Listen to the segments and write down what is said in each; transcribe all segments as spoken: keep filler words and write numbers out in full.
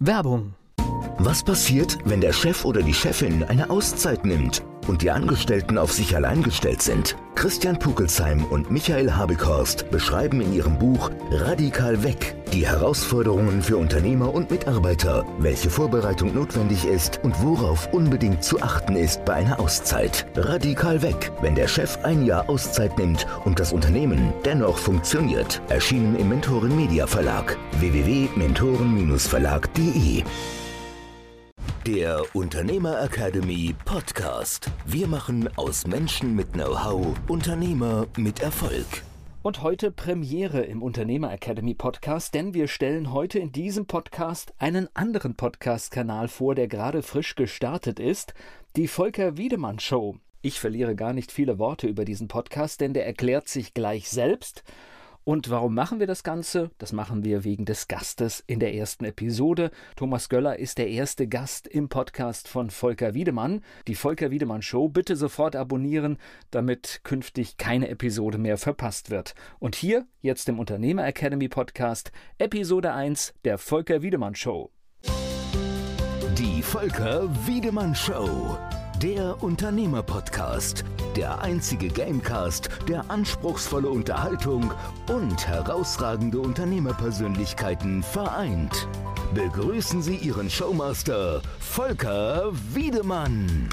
Werbung. Was passiert, wenn der Chef oder die Chefin eine Auszeit nimmt und die Angestellten auf sich allein gestellt sind? Christian Pukelsheim und Michael Habekhorst beschreiben in ihrem Buch Radikal weg die Herausforderungen für Unternehmer und Mitarbeiter, welche Vorbereitung notwendig ist und worauf unbedingt zu achten ist bei einer Auszeit. Radikal weg, wenn der Chef ein Jahr Auszeit nimmt und das Unternehmen dennoch funktioniert. Erschienen im Mentoren Media Verlag. w w w punkt mentoren verlag punkt de. Der Unternehmer Academy Podcast. Wir machen aus Menschen mit Know-how Unternehmer mit Erfolg. Und heute Premiere im Unternehmer Academy Podcast, denn wir stellen heute in diesem Podcast einen anderen Podcast-Kanal vor, der gerade frisch gestartet ist, die Volker Wiedemann Show. Ich verliere gar nicht viele Worte über diesen Podcast, denn der erklärt sich gleich selbst. Und warum machen wir das Ganze? Das machen wir wegen des Gastes in der ersten Episode. Thomas Göller ist der erste Gast im Podcast von Volker Wiedemann. Die Volker Wiedemann Show bitte sofort abonnieren, damit künftig keine Episode mehr verpasst wird. Und hier, jetzt im Unternehmer Academy Podcast, Episode eins der Volker Wiedemann Show. Die Volker Wiedemann Show. Der Unternehmer-Podcast, der einzige Gamecast, der anspruchsvolle Unterhaltung und herausragende Unternehmerpersönlichkeiten vereint. Begrüßen Sie Ihren Showmaster, Volker Wiedemann.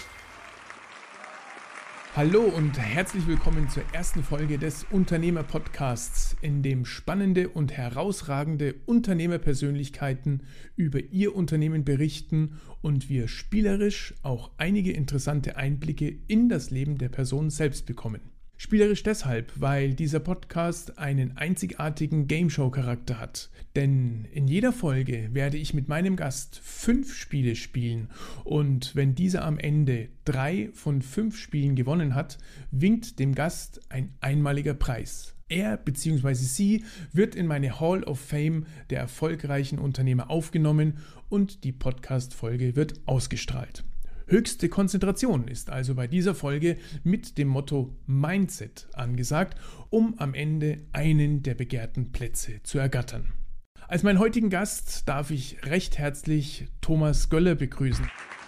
Hallo und herzlich willkommen zur ersten Folge des Unternehmer-Podcasts, in dem spannende und herausragende Unternehmerpersönlichkeiten über ihr Unternehmen berichten und wir spielerisch auch einige interessante Einblicke in das Leben der Person selbst bekommen. Spielerisch deshalb, weil dieser Podcast einen einzigartigen Gameshow-Charakter hat. Denn in jeder Folge werde ich mit meinem Gast fünf Spiele spielen und wenn dieser am Ende drei von fünf Spielen gewonnen hat, winkt dem Gast ein einmaliger Preis. Er bzw. sie wird in meine Hall of Fame der erfolgreichen Unternehmer aufgenommen und die Podcast-Folge wird ausgestrahlt. Höchste Konzentration ist also bei dieser Folge mit dem Motto Mindset angesagt, um am Ende einen der begehrten Plätze zu ergattern. Als meinen heutigen Gast darf ich recht herzlich Thomas Göller begrüßen.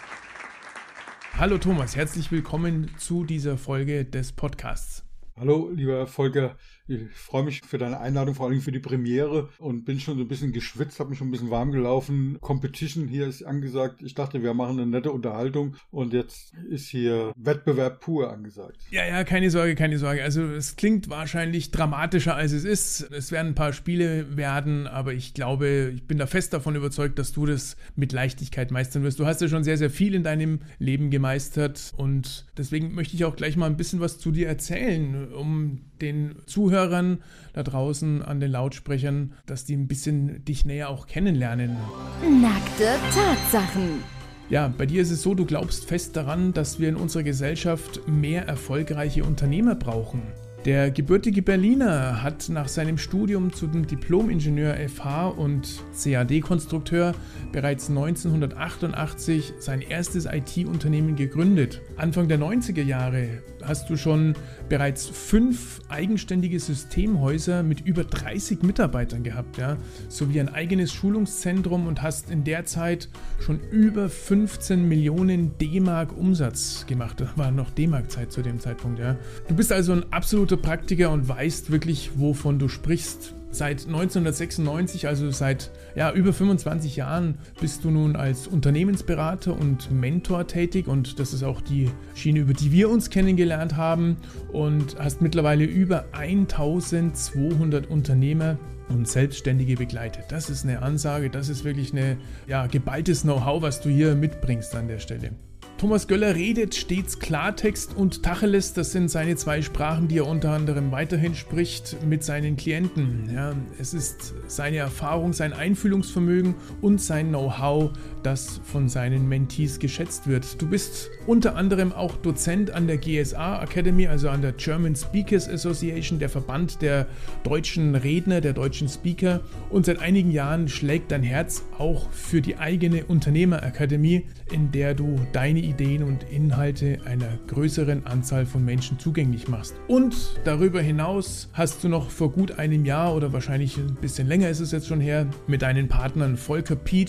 Hallo Thomas, herzlich willkommen zu dieser Folge des Podcasts. Hallo, lieber Volker, ich freue mich für deine Einladung, vor allem für die Premiere und bin schon so ein bisschen geschwitzt, habe mich schon ein bisschen warm gelaufen. Competition hier ist angesagt. Ich dachte, wir machen eine nette Unterhaltung und jetzt ist hier Wettbewerb pur angesagt. Ja, ja, keine Sorge, keine Sorge. Also es klingt wahrscheinlich dramatischer, als es ist. Es werden ein paar Spiele werden, aber ich glaube, ich bin da fest davon überzeugt, dass du das mit Leichtigkeit meistern wirst. Du hast ja schon sehr, sehr viel in deinem Leben gemeistert und deswegen möchte ich auch gleich mal ein bisschen was zu dir erzählen, um den Zuhörern da draußen an den Lautsprechern, dass die ein bisschen dich näher auch kennenlernen. Nackte Tatsachen. Ja, bei dir ist es so, du glaubst fest daran, dass wir in unserer Gesellschaft mehr erfolgreiche Unternehmer brauchen. Der gebürtige Berliner hat nach seinem Studium zum Diplom-Ingenieur F H und C A D-Konstrukteur bereits neunzehnhundertachtundachtzig sein erstes I T-Unternehmen gegründet. Anfang der neunziger Jahre hast du schon bereits fünf eigenständige Systemhäuser mit über dreißig Mitarbeitern gehabt, ja, sowie ein eigenes Schulungszentrum und hast in der Zeit schon über fünfzehn Millionen D-Mark Umsatz gemacht. Das war noch D-Mark-Zeit zu dem Zeitpunkt, ja. Du bist also ein absoluter Praktiker und weißt wirklich, wovon du sprichst. Seit neunzehnhundertsechsundneunzig, also seit ja, über fünfundzwanzig Jahren, bist du nun als Unternehmensberater und Mentor tätig und das ist auch die Schiene, über die wir uns kennengelernt haben und hast mittlerweile über eintausendzweihundert Unternehmer und Selbstständige begleitet. Das ist eine Ansage, das ist wirklich eine ja, geballtes Know-how, was du hier mitbringst an der Stelle. Thomas Göller redet stets Klartext und Tacheles, das sind seine zwei Sprachen, die er unter anderem weiterhin spricht mit seinen Klienten. Ja, es ist seine Erfahrung, sein Einfühlungsvermögen und sein Know-how, das von seinen Mentees geschätzt wird. Du bist unter anderem auch Dozent an der G S A Academy, also an der German Speakers Association, der Verband der deutschen Redner, der deutschen Speaker. Und seit einigen Jahren schlägt dein Herz auch für die eigene Unternehmerakademie, in der du deine Ideen und Inhalte einer größeren Anzahl von Menschen zugänglich machst. Und darüber hinaus hast du noch vor gut einem Jahr oder wahrscheinlich ein bisschen länger ist es jetzt schon her, mit deinen Partnern Volker Pietsch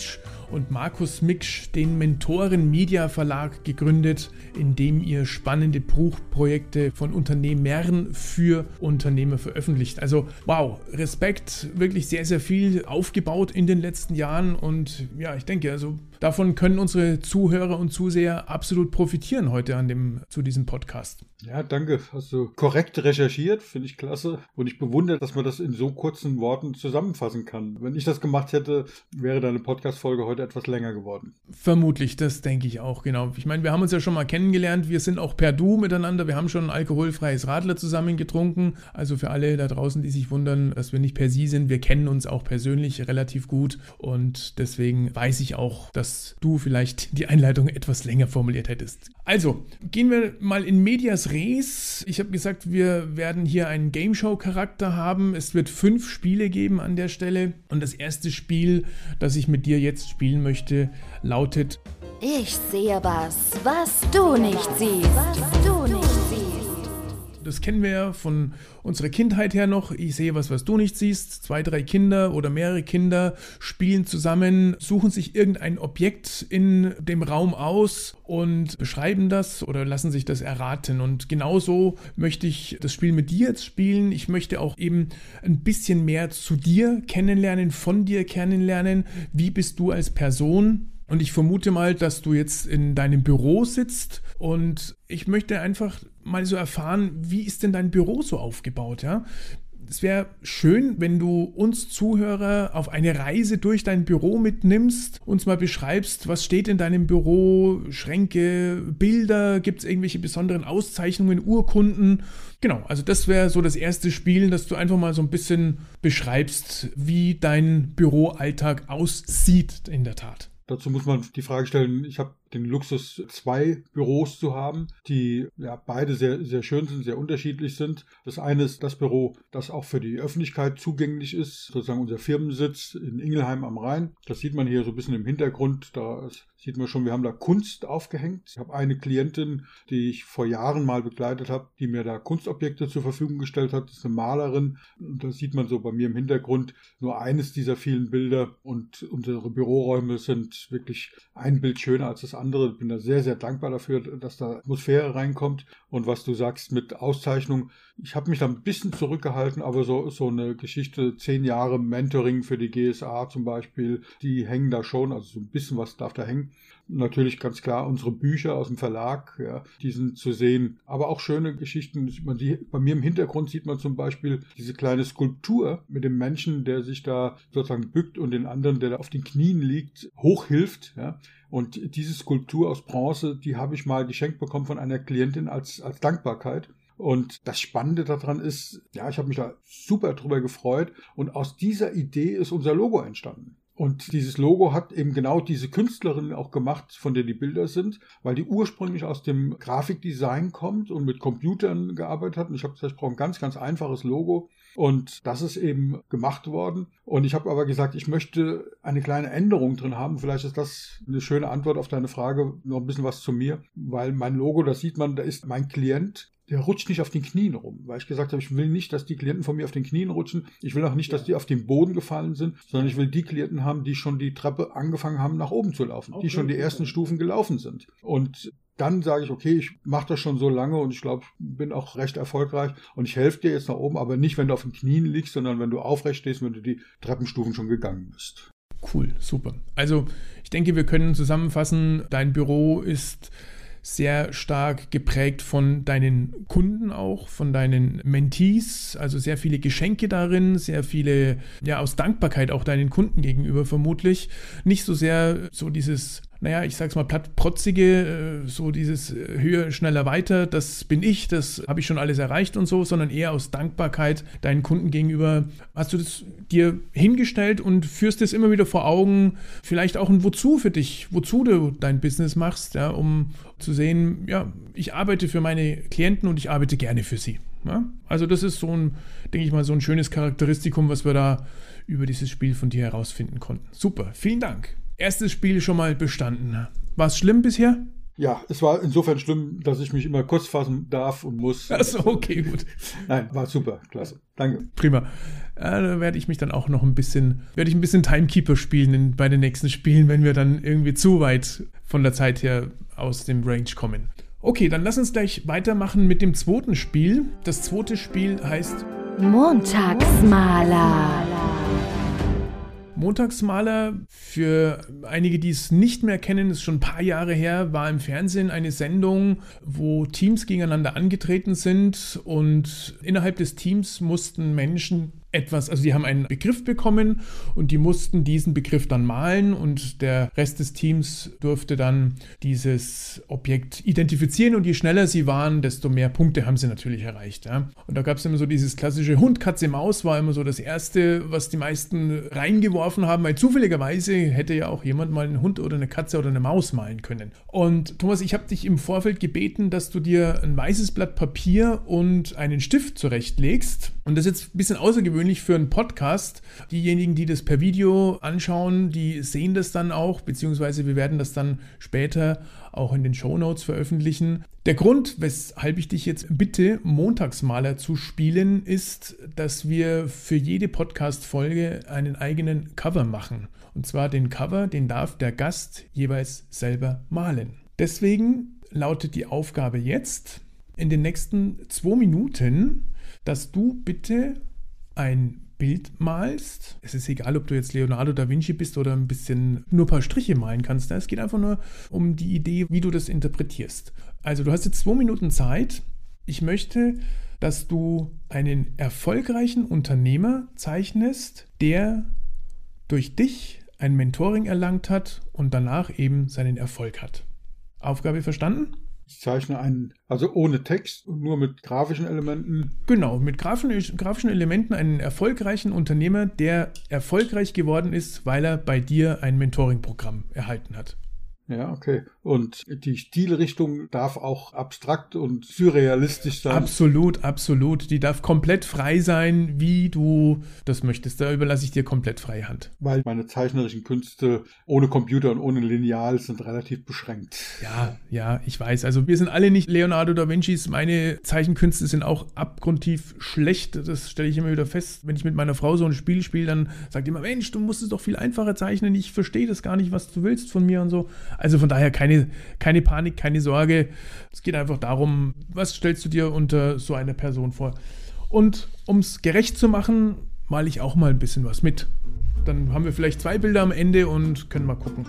und Markus Miksch den Mentoren Media Verlag gegründet, in dem ihr spannende Buchprojekte von Unternehmern für Unternehmer veröffentlicht. Also wow, Respekt, wirklich sehr, sehr viel aufgebaut in den letzten Jahren und ja, ich denke, also davon können unsere Zuhörer und Zuseher absolut profitieren heute an dem, zu diesem Podcast. Ja, danke. Hast du korrekt recherchiert, finde ich klasse. Und ich bewundere, dass man das in so kurzen Worten zusammenfassen kann. Wenn ich das gemacht hätte, wäre deine Podcast-Folge heute etwas länger geworden. Vermutlich, das denke ich auch, genau. Ich meine, wir haben uns ja schon mal kennengelernt. Wir sind auch per Du miteinander. Wir haben schon ein alkoholfreies Radler zusammen getrunken. Also für alle da draußen, die sich wundern, dass wir nicht per Sie sind. Wir kennen uns auch persönlich relativ gut. Und deswegen weiß ich auch, dass du vielleicht die Einleitung etwas länger formuliert hättest. Also, gehen wir mal in Medias Res. Ich habe gesagt, wir werden hier einen Gameshow-Charakter haben. Es wird fünf Spiele geben an der Stelle. Und das erste Spiel, das ich mit dir jetzt spielen möchte, lautet: Ich sehe was, was du nicht siehst. Was du nicht siehst. Das kennen wir ja von unserer Kindheit her noch. Ich sehe was, was du nicht siehst. Zwei, drei Kinder oder mehrere Kinder spielen zusammen, suchen sich irgendein Objekt in dem Raum aus und beschreiben das oder lassen sich das erraten. Und genauso möchte ich das Spiel mit dir jetzt spielen. Ich möchte auch eben ein bisschen mehr zu dir kennenlernen, von dir kennenlernen. Wie bist du als Person? Und ich vermute mal, dass du jetzt in deinem Büro sitzt und ich möchte einfach mal so erfahren, wie ist denn dein Büro so aufgebaut, ja? Es wäre schön, wenn du uns Zuhörer auf eine Reise durch dein Büro mitnimmst, uns mal beschreibst, was steht in deinem Büro, Schränke, Bilder, gibt es irgendwelche besonderen Auszeichnungen, Urkunden? Genau, also das wäre so das erste Spiel, dass du einfach mal so ein bisschen beschreibst, wie dein Büroalltag aussieht in der Tat. Dazu muss man die Frage stellen, ich habe den Luxus, zwei Büros zu haben, die ja beide sehr, sehr schön sind, sehr unterschiedlich sind. Das eine ist das Büro, das auch für die Öffentlichkeit zugänglich ist, sozusagen unser Firmensitz in Ingelheim am Rhein. Das sieht man hier so ein bisschen im Hintergrund, da sieht man schon, wir haben da Kunst aufgehängt. Ich habe eine Klientin, die ich vor Jahren mal begleitet habe, die mir da Kunstobjekte zur Verfügung gestellt hat. Das ist eine Malerin. Und da sieht man so bei mir im Hintergrund nur eines dieser vielen Bilder. Und unsere Büroräume sind wirklich ein Bild schöner als das andere. Ich bin da sehr, sehr dankbar dafür, dass da Atmosphäre reinkommt. Und was du sagst mit Auszeichnung, ich habe mich da ein bisschen zurückgehalten, aber so, so eine Geschichte, zehn Jahre Mentoring für die G S A zum Beispiel, die hängen da schon, also so ein bisschen was darf da hängen. Natürlich ganz klar unsere Bücher aus dem Verlag, ja, die sind zu sehen. Aber auch schöne Geschichten. Man die, bei mir im Hintergrund sieht man zum Beispiel diese kleine Skulptur mit dem Menschen, der sich da sozusagen bückt und den anderen, der da auf den Knien liegt, hochhilft. Ja. Und diese Skulptur aus Bronze, die habe ich mal geschenkt bekommen von einer Klientin als, als Dankbarkeit. Und das Spannende daran ist, ja, ich habe mich da super drüber gefreut. Und aus dieser Idee ist unser Logo entstanden. Und dieses Logo hat eben genau diese Künstlerin auch gemacht, von der die Bilder sind, weil die ursprünglich aus dem Grafikdesign kommt und mit Computern gearbeitet hat. Und ich habe gesagt, ich brauche ein ganz, ganz einfaches Logo. Und das ist eben gemacht worden. Und ich habe aber gesagt, ich möchte eine kleine Änderung drin haben. Vielleicht ist das eine schöne Antwort auf deine Frage, noch ein bisschen was zu mir. Weil mein Logo, das sieht man, da ist mein Klient, der rutscht nicht auf den Knien rum, weil ich gesagt habe, ich will nicht, dass die Klienten von mir auf den Knien rutschen. Ich will auch nicht, dass die auf den Boden gefallen sind, sondern ich will die Klienten haben, die schon die Treppe angefangen haben, nach oben zu laufen, okay, die schon die ersten Stufen gelaufen sind. Und dann sage ich, okay, ich mache das schon so lange und ich glaube, bin auch recht erfolgreich und ich helfe dir jetzt nach oben, aber nicht, wenn du auf den Knien liegst, sondern wenn du aufrecht stehst, wenn du die Treppenstufen schon gegangen bist. Cool, super. Also ich denke, wir können zusammenfassen, dein Büro ist sehr stark geprägt von deinen Kunden auch, von deinen Mentees, also sehr viele Geschenke darin, sehr viele, ja, aus Dankbarkeit auch deinen Kunden gegenüber vermutlich. Nicht so sehr so dieses, naja, ich sag's mal platt, protzige, so dieses höher, schneller, weiter, das bin ich, das habe ich schon alles erreicht und so, sondern eher aus Dankbarkeit deinen Kunden gegenüber. Hast du das dir hingestellt und führst es immer wieder vor Augen, vielleicht auch ein Wozu für dich, wozu du dein Business machst, ja, um zu sehen, ja, ich arbeite für meine Klienten und ich arbeite gerne für sie. Ja? Also das ist so ein, denke ich mal, so ein schönes Charakteristikum, was wir da über dieses Spiel von dir herausfinden konnten. Super, vielen Dank. Erstes Spiel schon mal bestanden. War es schlimm bisher? Ja, es war insofern schlimm, dass ich mich immer kurz fassen darf und muss. Achso, okay, gut. Nein, war super, klasse. Danke. Prima. Ja, da werde ich mich dann auch noch ein bisschen, werde ich ein bisschen Timekeeper spielen in, bei den nächsten Spielen, wenn wir dann irgendwie zu weit von der Zeit her aus dem Range kommen. Okay, dann lass uns gleich weitermachen mit dem zweiten Spiel. Das zweite Spiel heißt Montagsmaler. Montagsmaler, für einige, die es nicht mehr kennen, ist schon ein paar Jahre her, war im Fernsehen eine Sendung, wo Teams gegeneinander angetreten sind und innerhalb des Teams mussten Menschen etwas, also die haben einen Begriff bekommen und die mussten diesen Begriff dann malen und der Rest des Teams durfte dann dieses Objekt identifizieren und je schneller sie waren, desto mehr Punkte haben sie natürlich erreicht. Ja. Und da gab es immer so dieses klassische Hund, Katze, Maus war immer so das Erste, was die meisten reingeworfen haben, weil zufälligerweise hätte ja auch jemand mal einen Hund oder eine Katze oder eine Maus malen können. Und Thomas, ich habe dich im Vorfeld gebeten, dass du dir ein weißes Blatt Papier und einen Stift zurechtlegst und das ist jetzt ein bisschen außergewöhnlich für einen Podcast. Diejenigen, die das per Video anschauen, die sehen das dann auch, beziehungsweise wir werden das dann später auch in den Shownotes veröffentlichen. Der Grund, weshalb ich dich jetzt bitte, Montagsmaler zu spielen, ist, dass wir für jede Podcast-Folge einen eigenen Cover machen. Und zwar den Cover, den darf der Gast jeweils selber malen. Deswegen lautet die Aufgabe jetzt, in den nächsten zwei Minuten, dass du bitte ein Bild malst. Es ist egal, ob du jetzt Leonardo da Vinci bist oder ein bisschen nur ein paar Striche malen kannst. Es geht einfach nur um die Idee, wie du das interpretierst. Also du hast jetzt zwei Minuten Zeit. Ich möchte, dass du einen erfolgreichen Unternehmer zeichnest, der durch dich ein Mentoring erlangt hat und danach eben seinen Erfolg hat. Aufgabe verstanden? Ich zeichne einen, also ohne Text und nur mit grafischen Elementen. Genau, mit grafischen, grafischen Elementen einen erfolgreichen Unternehmer, der erfolgreich geworden ist, weil er bei dir ein Mentoring-Programm erhalten hat. Ja, okay. Und die Stilrichtung darf auch abstrakt und surrealistisch sein. Absolut, absolut. Die darf komplett frei sein, wie du das möchtest. Da überlasse ich dir komplett freie Hand. Weil meine zeichnerischen Künste ohne Computer und ohne Lineal sind relativ beschränkt. Ja, ja, ich weiß. Also wir sind alle nicht Leonardo da Vincis. Meine Zeichenkünste sind auch abgrundtief schlecht. Das stelle ich immer wieder fest. Wenn ich mit meiner Frau so ein Spiel spiele, dann sagt die immer, Mensch, du musst es doch viel einfacher zeichnen. Ich verstehe das gar nicht, was du willst von mir und so. Also von daher keine, keine Panik, keine Sorge. Es geht einfach darum, was stellst du dir unter so einer Person vor? Und um es gerecht zu machen, male ich auch mal ein bisschen was mit. Dann haben wir vielleicht zwei Bilder am Ende und können mal gucken.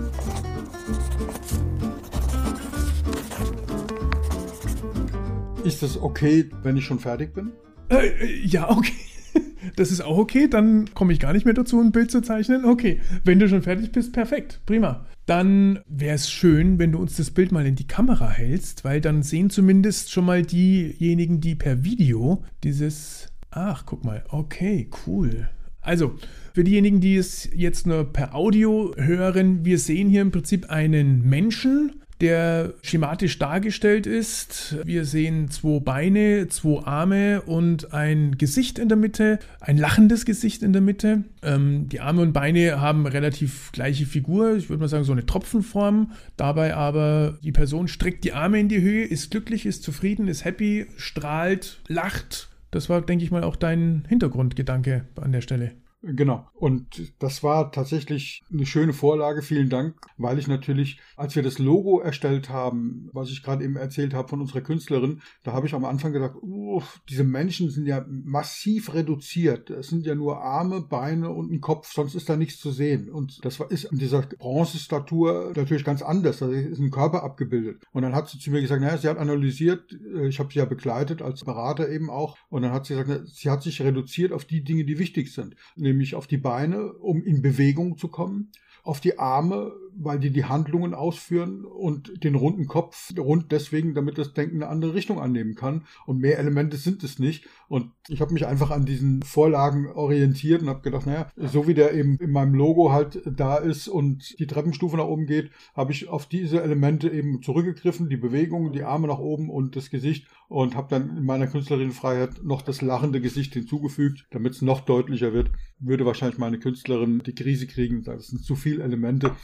Ist das okay, wenn ich schon fertig bin? Äh, ja, okay. Das ist auch okay, dann komme ich gar nicht mehr dazu, ein Bild zu zeichnen. Okay, wenn du schon fertig bist, perfekt, prima. Dann wäre es schön, wenn du uns das Bild mal in die Kamera hältst, weil dann sehen zumindest schon mal diejenigen, die per Video dieses... Ach, guck mal, okay, cool. Also, für diejenigen, die es jetzt nur per Audio hören, wir sehen hier im Prinzip einen Menschen, der schematisch dargestellt ist. Wir sehen zwei Beine, zwei Arme und ein Gesicht in der Mitte, ein lachendes Gesicht in der Mitte. Ähm, die Arme und Beine haben relativ gleiche Figur, ich würde mal sagen so eine Tropfenform. Dabei aber die Person streckt die Arme in die Höhe, ist glücklich, ist zufrieden, ist happy, strahlt, lacht. Das war, denke ich mal, auch dein Hintergrundgedanke an der Stelle. Genau. Und das war tatsächlich eine schöne Vorlage. Vielen Dank, weil ich natürlich, als wir das Logo erstellt haben, was ich gerade eben erzählt habe von unserer Künstlerin, da habe ich am Anfang gedacht, uh, diese Menschen sind ja massiv reduziert. Es sind ja nur Arme, Beine und ein Kopf, sonst ist da nichts zu sehen. Und das war, ist in dieser Bronzestatue natürlich ganz anders. Da ist ein Körper abgebildet. Und dann hat sie zu mir gesagt, naja, sie hat analysiert, ich habe sie ja begleitet als Berater eben auch. Und dann hat sie gesagt, sie hat sich reduziert auf die Dinge, die wichtig sind. Nämlich auf die Beine, um in Bewegung zu kommen, auf die Arme, weil die die Handlungen ausführen und den runden Kopf, rund deswegen, damit das Denken eine andere Richtung annehmen kann. Und mehr Elemente sind es nicht. Und ich habe mich einfach an diesen Vorlagen orientiert und habe gedacht, naja, so wie der eben in meinem Logo halt da ist und die Treppenstufe nach oben geht, habe ich auf diese Elemente eben zurückgegriffen, die Bewegung, die Arme nach oben und das Gesicht und habe dann in meiner Künstlerinnenfreiheit noch das lachende Gesicht hinzugefügt, damit es noch deutlicher wird. Würde wahrscheinlich meine Künstlerin die Krise kriegen, das sind zu viele Elemente, aber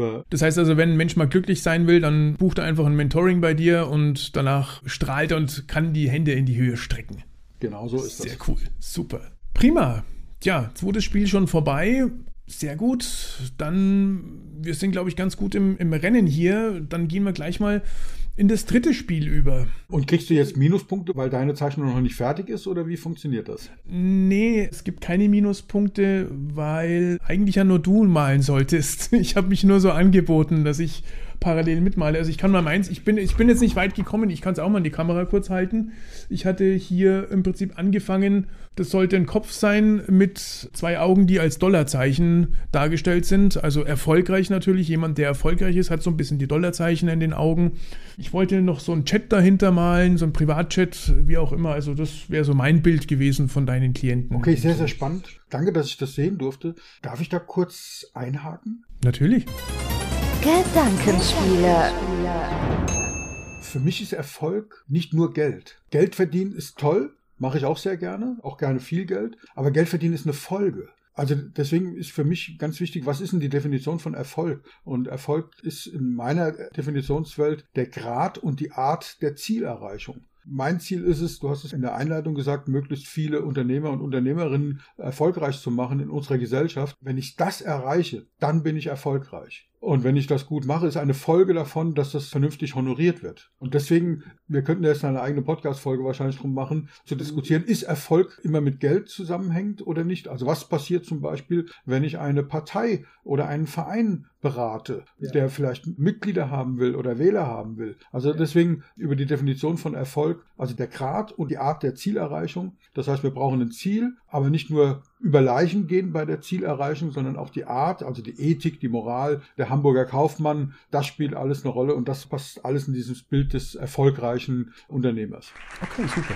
Aber das heißt also, wenn ein Mensch mal glücklich sein will, dann bucht er einfach ein Mentoring bei dir und danach strahlt er und kann die Hände in die Höhe strecken. Genau so ist das. Sehr cool, super. Prima. Ja, zweites Spiel schon vorbei. Sehr gut. Dann, wir sind, glaube ich, ganz gut im, im Rennen hier. Dann gehen wir gleich mal in das dritte Spiel über. Und kriegst du jetzt Minuspunkte, weil deine Zeichnung noch nicht fertig ist, oder wie funktioniert das? Nee, es gibt keine Minuspunkte, weil eigentlich ja nur du malen solltest. Ich habe mich nur so angeboten, dass ich parallel mitmale. Also ich kann mal meins, ich bin, ich bin jetzt nicht weit gekommen, ich kann es auch mal in die Kamera kurz halten. Ich hatte hier im Prinzip angefangen, das sollte ein Kopf sein mit zwei Augen, die als Dollarzeichen dargestellt sind. Also erfolgreich natürlich, jemand, der erfolgreich ist, hat so ein bisschen die Dollarzeichen in den Augen. Ich wollte noch so einen Chat dahinter malen, so einen Privatchat, wie auch immer. Also das wäre so mein Bild gewesen von deinen Klienten. Okay, sehr, sehr spannend. Danke, dass ich das sehen durfte. Darf ich da kurz einhaken? Natürlich. Gedankenspiele. Für mich ist Erfolg nicht nur Geld. Geld verdienen ist toll, mache ich auch sehr gerne, auch gerne viel Geld, aber Geld verdienen ist eine Folge. Also deswegen ist für mich ganz wichtig, was ist denn die Definition von Erfolg? Und Erfolg ist in meiner Definitionswelt der Grad und die Art der Zielerreichung. Mein Ziel ist es, du hast es in der Einleitung gesagt, möglichst viele Unternehmer und Unternehmerinnen erfolgreich zu machen in unserer Gesellschaft. Wenn ich das erreiche, dann bin ich erfolgreich. Und wenn ich das gut mache, ist eine Folge davon, dass das vernünftig honoriert wird. Und deswegen, wir könnten jetzt eine eigene Podcast-Folge wahrscheinlich drum machen, zu diskutieren, ist Erfolg immer mit Geld zusammenhängt oder nicht? Also was passiert zum Beispiel, wenn ich eine Partei oder einen Verein berate, ja, der vielleicht Mitglieder haben will oder Wähler haben will? Also deswegen über die Definition von Erfolg, also der Grad und die Art der Zielerreichung. Das heißt, wir brauchen ein Ziel, aber nicht nur über Leichen gehen bei der Zielerreichung, sondern auch die Art, also die Ethik, die Moral, der Hamburger Kaufmann, das spielt alles eine Rolle und das passt alles in dieses Bild des erfolgreichen Unternehmers. Okay, super.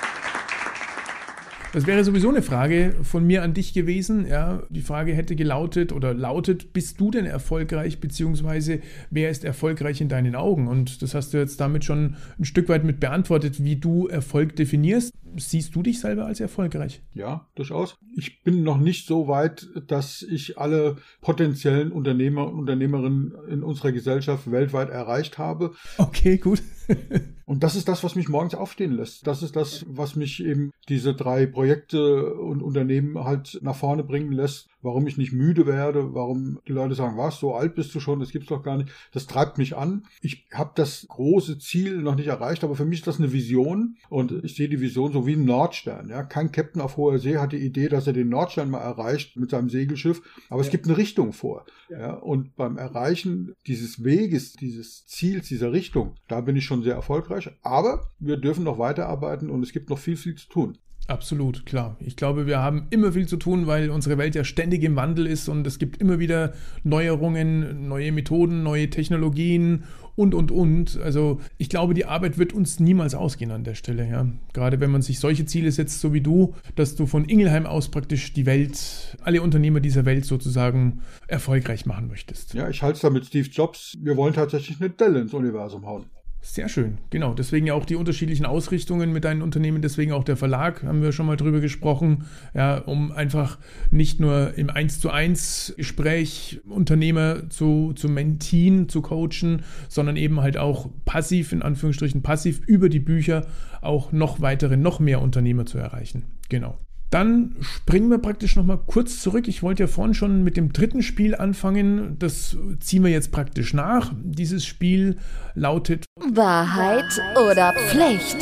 Das wäre sowieso eine Frage von mir an dich gewesen. Ja, die Frage hätte gelautet oder lautet, bist du denn erfolgreich, beziehungsweise wer ist erfolgreich in deinen Augen? Und das hast du jetzt damit schon ein Stück weit mit beantwortet, wie du Erfolg definierst. Siehst du dich selber als erfolgreich? Ja, durchaus. Ich bin noch nicht so weit, dass ich alle potenziellen Unternehmer und Unternehmerinnen in unserer Gesellschaft weltweit erreicht habe. Okay, gut. Und das ist das, was mich morgens aufstehen lässt. Das ist das, was mich eben diese drei Projekte und Unternehmen halt nach vorne bringen lässt. Warum ich nicht müde werde, warum die Leute sagen, was, so alt bist du schon, das gibt's doch gar nicht. Das treibt mich an. Ich habe das große Ziel noch nicht erreicht, aber für mich ist das eine Vision und ich sehe die Vision so wie ein Nordstern. Ja? Kein Captain auf hoher See hat die Idee, dass er den Nordstern mal erreicht mit seinem Segelschiff, aber ja, es gibt eine Richtung vor. Ja. Ja? Und beim Erreichen dieses Weges, dieses Ziels, dieser Richtung, da bin ich schon sehr erfolgreich, aber wir dürfen noch weiterarbeiten und es gibt noch viel, viel zu tun. Absolut, klar. Ich glaube, wir haben immer viel zu tun, weil unsere Welt ja ständig im Wandel ist und es gibt immer wieder Neuerungen, neue Methoden, neue Technologien und, und, und. Also ich glaube, die Arbeit wird uns niemals ausgehen an der Stelle. Ja. Gerade wenn man sich solche Ziele setzt, so wie du, dass du von Ingelheim aus praktisch die Welt, alle Unternehmer dieser Welt sozusagen erfolgreich machen möchtest. Ja, ich halte es da mit Steve Jobs. Wir wollen tatsächlich eine Delle ins Universum hauen. Sehr schön, genau. Deswegen ja auch die unterschiedlichen Ausrichtungen mit deinen Unternehmen, deswegen auch der Verlag, haben wir schon mal drüber gesprochen, ja, um einfach nicht nur im eins zu eins Gespräch Unternehmer zu, zu mentien, zu coachen, sondern eben halt auch passiv, in Anführungsstrichen passiv, über die Bücher auch noch weitere, noch mehr Unternehmer zu erreichen. Genau. Dann springen wir praktisch nochmal kurz zurück. Ich wollte ja vorhin schon mit dem dritten Spiel anfangen. Das ziehen wir jetzt praktisch nach. Dieses Spiel lautet Wahrheit oder Pflicht?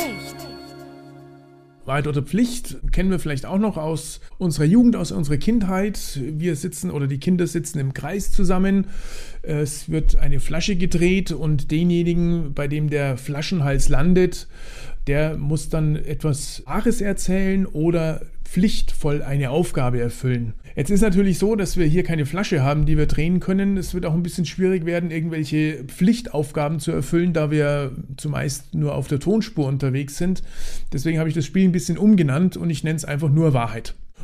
Wahrheit oder Pflicht kennen wir vielleicht auch noch aus unserer Jugend, aus unserer Kindheit. Wir sitzen oder die Kinder sitzen im Kreis zusammen. Es wird eine Flasche gedreht und denjenigen, bei dem der Flaschenhals landet, der muss dann etwas Wahres erzählen oder pflichtvoll eine Aufgabe erfüllen. Jetzt ist natürlich so, dass wir hier keine Flasche haben, die wir drehen können. Es wird auch ein bisschen schwierig werden, irgendwelche Pflichtaufgaben zu erfüllen, da wir zumeist nur auf der Tonspur unterwegs sind. Deswegen habe ich das Spiel ein bisschen umgenannt und ich nenne es einfach nur Wahrheit.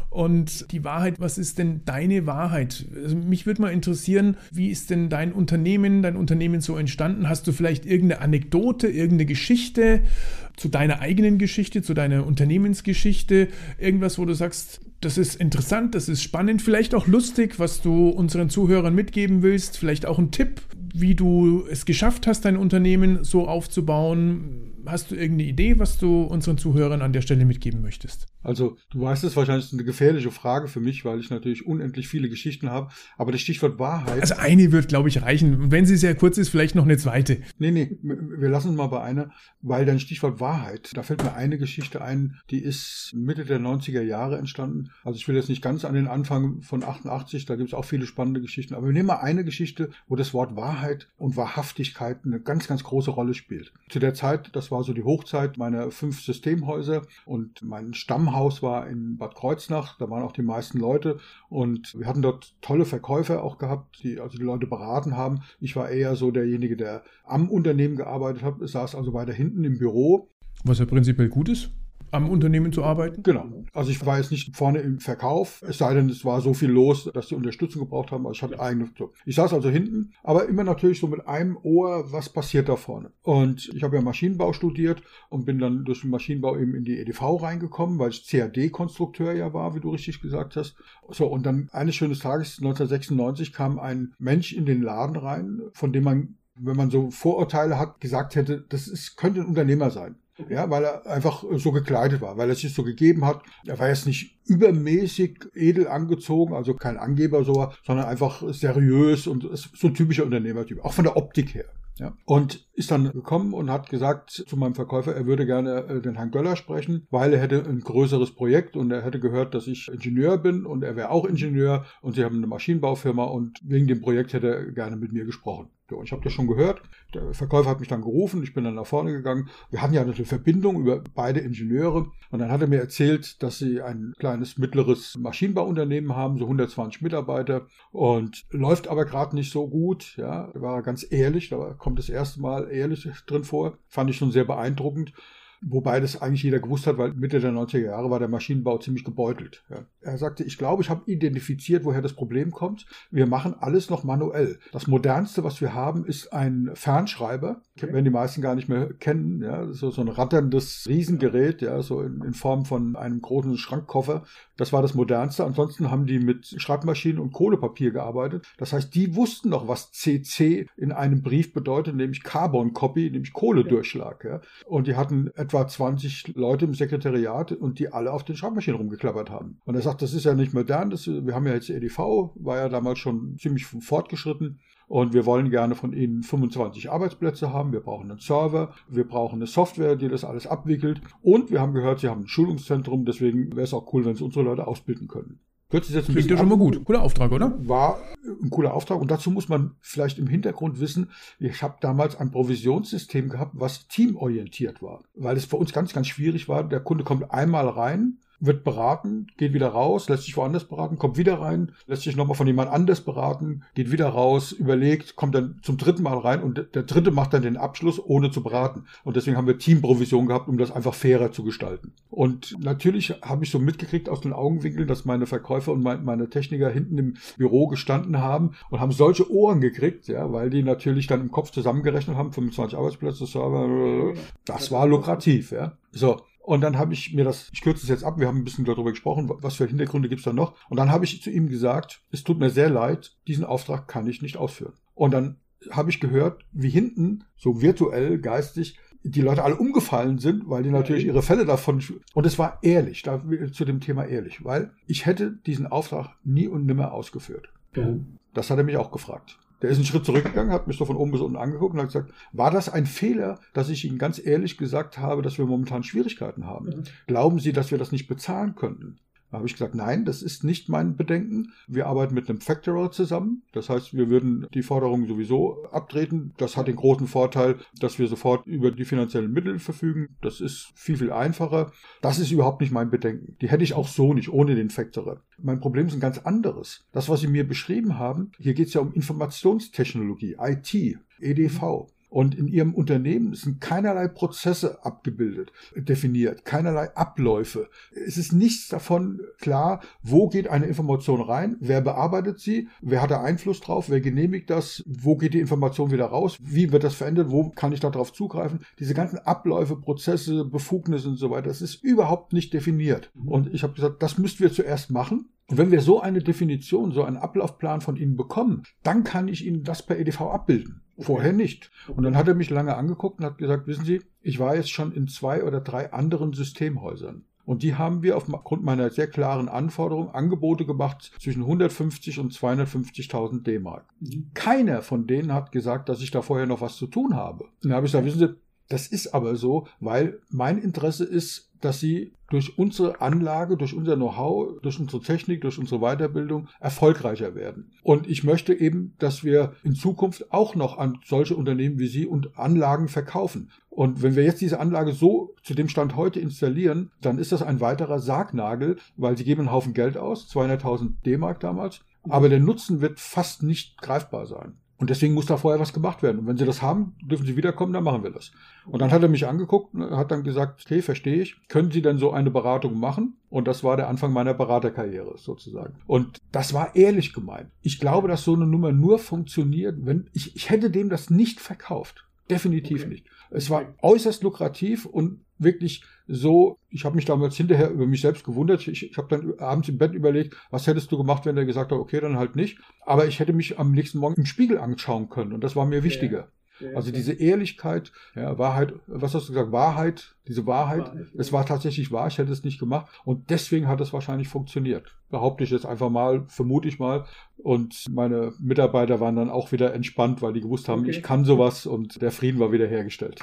Und die Wahrheit, was ist denn deine Wahrheit? Also mich würde mal interessieren, wie ist denn dein Unternehmen, dein Unternehmen so entstanden? Hast du vielleicht irgendeine Anekdote, irgendeine Geschichte zu deiner eigenen Geschichte, zu deiner Unternehmensgeschichte? Irgendwas, wo du sagst, das ist interessant, das ist spannend, vielleicht auch lustig, was du unseren Zuhörern mitgeben willst, vielleicht auch ein Tipp, wie du es geschafft hast, dein Unternehmen so aufzubauen. Hast du irgendeine Idee, was du unseren Zuhörern an der Stelle mitgeben möchtest? Also, du weißt es wahrscheinlich, ist eine gefährliche Frage für mich, weil ich natürlich unendlich viele Geschichten habe. Aber das Stichwort Wahrheit... Also eine wird, glaube ich, reichen. Und wenn sie sehr kurz ist, vielleicht noch eine zweite. Nee, nee, wir lassen es mal bei einer, weil dein Stichwort Wahrheit, da fällt mir eine Geschichte ein, die ist Mitte der neunziger Jahre entstanden. Also ich will jetzt nicht ganz an den Anfang von achtundachtzig, da gibt es auch viele spannende Geschichten. Aber wir nehmen mal eine Geschichte, wo das Wort Wahrheit und Wahrhaftigkeit eine ganz, ganz große Rolle spielt. Zu der Zeit, das war so die Hochzeit meiner fünf Systemhäuser und mein Stammhaus war in Bad Kreuznach, da waren auch die meisten Leute und wir hatten dort tolle Verkäufer auch gehabt, die also die Leute beraten haben. Ich war eher so derjenige, der am Unternehmen gearbeitet hat, saß also weiter hinten im Büro. Was ja prinzipiell gut ist, am Unternehmen zu arbeiten? Genau. Also ich war jetzt nicht vorne im Verkauf, es sei denn, es war so viel los, dass die Unterstützung gebraucht haben. Also ich hatte eigene. So. Ich saß also hinten, aber immer natürlich so mit einem Ohr, was passiert da vorne. Und ich habe ja Maschinenbau studiert und bin dann durch den Maschinenbau eben in die E D V reingekommen, weil ich C A D-Konstrukteur ja war, wie du richtig gesagt hast. So, und dann eines schönen Tages, neunzehnhundertsechsundneunzig, kam ein Mensch in den Laden rein, von dem man, wenn man so Vorurteile hat, gesagt hätte, das ist, könnte ein Unternehmer sein. Ja, weil er einfach so gekleidet war, weil er sich so gegeben hat. Er war jetzt nicht übermäßig edel angezogen, also kein Angeber so, sondern einfach seriös und so ein typischer Unternehmertyp, auch von der Optik her. Ja. Und ist dann gekommen und hat gesagt zu meinem Verkäufer, er würde gerne den Herrn Göller sprechen, weil er hätte ein größeres Projekt und er hätte gehört, dass ich Ingenieur bin und er wäre auch Ingenieur und sie haben eine Maschinenbaufirma und wegen dem Projekt hätte er gerne mit mir gesprochen. Und ich habe das schon gehört. Der Verkäufer hat mich dann gerufen. Ich bin dann nach vorne gegangen. Wir hatten ja eine Verbindung über beide Ingenieure. Und dann hat er mir erzählt, dass sie ein kleines, mittleres Maschinenbauunternehmen haben, so hundertzwanzig Mitarbeiter. Und läuft aber gerade nicht so gut. Ja, da war er ganz ehrlich. Da kommt das erste Mal ehrlich drin vor. Fand ich schon sehr beeindruckend. Wobei das eigentlich jeder gewusst hat, weil Mitte der neunziger Jahre war der Maschinenbau ziemlich gebeutelt. Ja. Er sagte, ich glaube, ich habe identifiziert, woher das Problem kommt. Wir machen alles noch manuell. Das Modernste, was wir haben, ist ein Fernschreiber. Okay. Werden die meisten gar nicht mehr kennen. Ja. So, so ein ratterndes Riesengerät, ja, so in, in Form von einem großen Schrankkoffer. Das war das Modernste. Ansonsten haben die mit Schreibmaschinen und Kohlepapier gearbeitet. Das heißt, die wussten noch, was C C in einem Brief bedeutet, nämlich Carbon Copy, nämlich Kohledurchschlag. Ja. Und die hatten etwa zwanzig Leute im Sekretariat und die alle auf den Schreibmaschinen rumgeklappert haben. Und er sagt, das ist ja nicht modern, das, wir haben ja jetzt E D V, war ja damals schon ziemlich fortgeschritten und wir wollen gerne von Ihnen fünfundzwanzig Arbeitsplätze haben, wir brauchen einen Server, wir brauchen eine Software, die das alles abwickelt und wir haben gehört, Sie haben ein Schulungszentrum, deswegen wäre es auch cool, wenn Sie unsere Leute ausbilden können. Jetzt ein Klingt ja schon mal gut. Cooler Auftrag, oder? War ein cooler Auftrag. Und dazu muss man vielleicht im Hintergrund wissen, ich habe damals ein Provisionssystem gehabt, was teamorientiert war. Weil es für uns ganz, ganz schwierig war. Der Kunde kommt einmal rein, wird beraten, geht wieder raus, lässt sich woanders beraten, kommt wieder rein, lässt sich nochmal von jemand anders beraten, geht wieder raus, überlegt, kommt dann zum dritten Mal rein und der dritte macht dann den Abschluss, ohne zu beraten. Und deswegen haben wir Teamprovision gehabt, um das einfach fairer zu gestalten. Und natürlich habe ich so mitgekriegt aus den Augenwinkeln, dass meine Verkäufer und meine Techniker hinten im Büro gestanden haben und haben solche Ohren gekriegt, ja, weil die natürlich dann im Kopf zusammengerechnet haben, fünfundzwanzig Arbeitsplätze, Server, das war lukrativ, ja. So. Und dann habe ich mir das, ich kürze es jetzt ab, wir haben ein bisschen darüber gesprochen, was für Hintergründe gibt es da noch. Und dann habe ich zu ihm gesagt, es tut mir sehr leid, diesen Auftrag kann ich nicht ausführen. Und dann habe ich gehört, wie hinten, so virtuell, geistig, die Leute alle umgefallen sind, weil die natürlich ihre Fälle davon... Und es war ehrlich, da, zu dem Thema ehrlich, weil ich hätte diesen Auftrag nie und nimmer ausgeführt. Ja. Das hat er mich auch gefragt. Der ist einen Schritt zurückgegangen, hat mich so von oben bis unten angeguckt und hat gesagt, war das ein Fehler, dass ich Ihnen ganz ehrlich gesagt habe, dass wir momentan Schwierigkeiten haben? Mhm. Glauben Sie, dass wir das nicht bezahlen könnten? Da habe ich gesagt, nein, das ist nicht mein Bedenken. Wir arbeiten mit einem Factorer zusammen. Das heißt, wir würden die Forderungen sowieso abtreten. Das hat den großen Vorteil, dass wir sofort über die finanziellen Mittel verfügen. Das ist viel, viel einfacher. Das ist überhaupt nicht mein Bedenken. Die hätte ich auch so nicht, ohne den Factorer. Mein Problem ist ein ganz anderes. Das, was Sie mir beschrieben haben, hier geht es ja um Informationstechnologie, I T, E D V. Und in ihrem Unternehmen sind keinerlei Prozesse abgebildet, definiert, keinerlei Abläufe. Es ist nichts davon klar, wo geht eine Information rein, wer bearbeitet sie, wer hat da Einfluss drauf, wer genehmigt das, wo geht die Information wieder raus, wie wird das verändert, wo kann ich darauf zugreifen. Diese ganzen Abläufe, Prozesse, Befugnisse und so weiter, das ist überhaupt nicht definiert. Und ich habe gesagt, das müssten wir zuerst machen. Und wenn wir so eine Definition, so einen Ablaufplan von Ihnen bekommen, dann kann ich Ihnen das per E D V abbilden. Vorher nicht. Und dann hat er mich lange angeguckt und hat gesagt, wissen Sie, ich war jetzt schon in zwei oder drei anderen Systemhäusern. Und die haben wir aufgrund meiner sehr klaren Anforderung Angebote gemacht zwischen hundertfünfzig und zweihundertfünfzigtausend D-Mark. Mhm. Keiner von denen hat gesagt, dass ich da vorher noch was zu tun habe. Und dann habe ich gesagt, wissen Sie, das ist aber so, weil mein Interesse ist, dass Sie durch unsere Anlage, durch unser Know-how, durch unsere Technik, durch unsere Weiterbildung erfolgreicher werden. Und ich möchte eben, dass wir in Zukunft auch noch an solche Unternehmen wie Sie und Anlagen verkaufen. Und wenn wir jetzt diese Anlage so zu dem Stand heute installieren, dann ist das ein weiterer Sargnagel, weil Sie geben einen Haufen Geld aus, zweihunderttausend D-Mark damals, aber der Nutzen wird fast nicht greifbar sein. Und deswegen muss da vorher was gemacht werden. Und wenn Sie das haben, dürfen Sie wiederkommen, dann machen wir das. Und dann hat er mich angeguckt und hat dann gesagt, okay, verstehe ich. Können Sie denn so eine Beratung machen? Und das war der Anfang meiner Beraterkarriere sozusagen. Und das war ehrlich gemeint. Ich glaube, dass so eine Nummer nur funktioniert, wenn ich, ich hätte dem das nicht verkauft. Definitiv okay. nicht. Es war äußerst lukrativ und wirklich so, ich habe mich damals hinterher über mich selbst gewundert. Ich, ich habe dann abends im Bett überlegt, was hättest du gemacht, wenn der gesagt hat, okay, dann halt nicht. Aber ich hätte mich am nächsten Morgen im Spiegel anschauen können und das war mir wichtiger. Ja, ja, also diese Ehrlichkeit, ja, Wahrheit, was hast du gesagt, Wahrheit, diese Wahrheit, Wahrheit ja. Es war tatsächlich wahr, ich hätte es nicht gemacht und deswegen hat es wahrscheinlich funktioniert. Behaupte ich jetzt einfach mal, vermute ich mal. Und meine Mitarbeiter waren dann auch wieder entspannt, weil die gewusst haben, okay. Ich kann sowas und der Frieden war wieder hergestellt.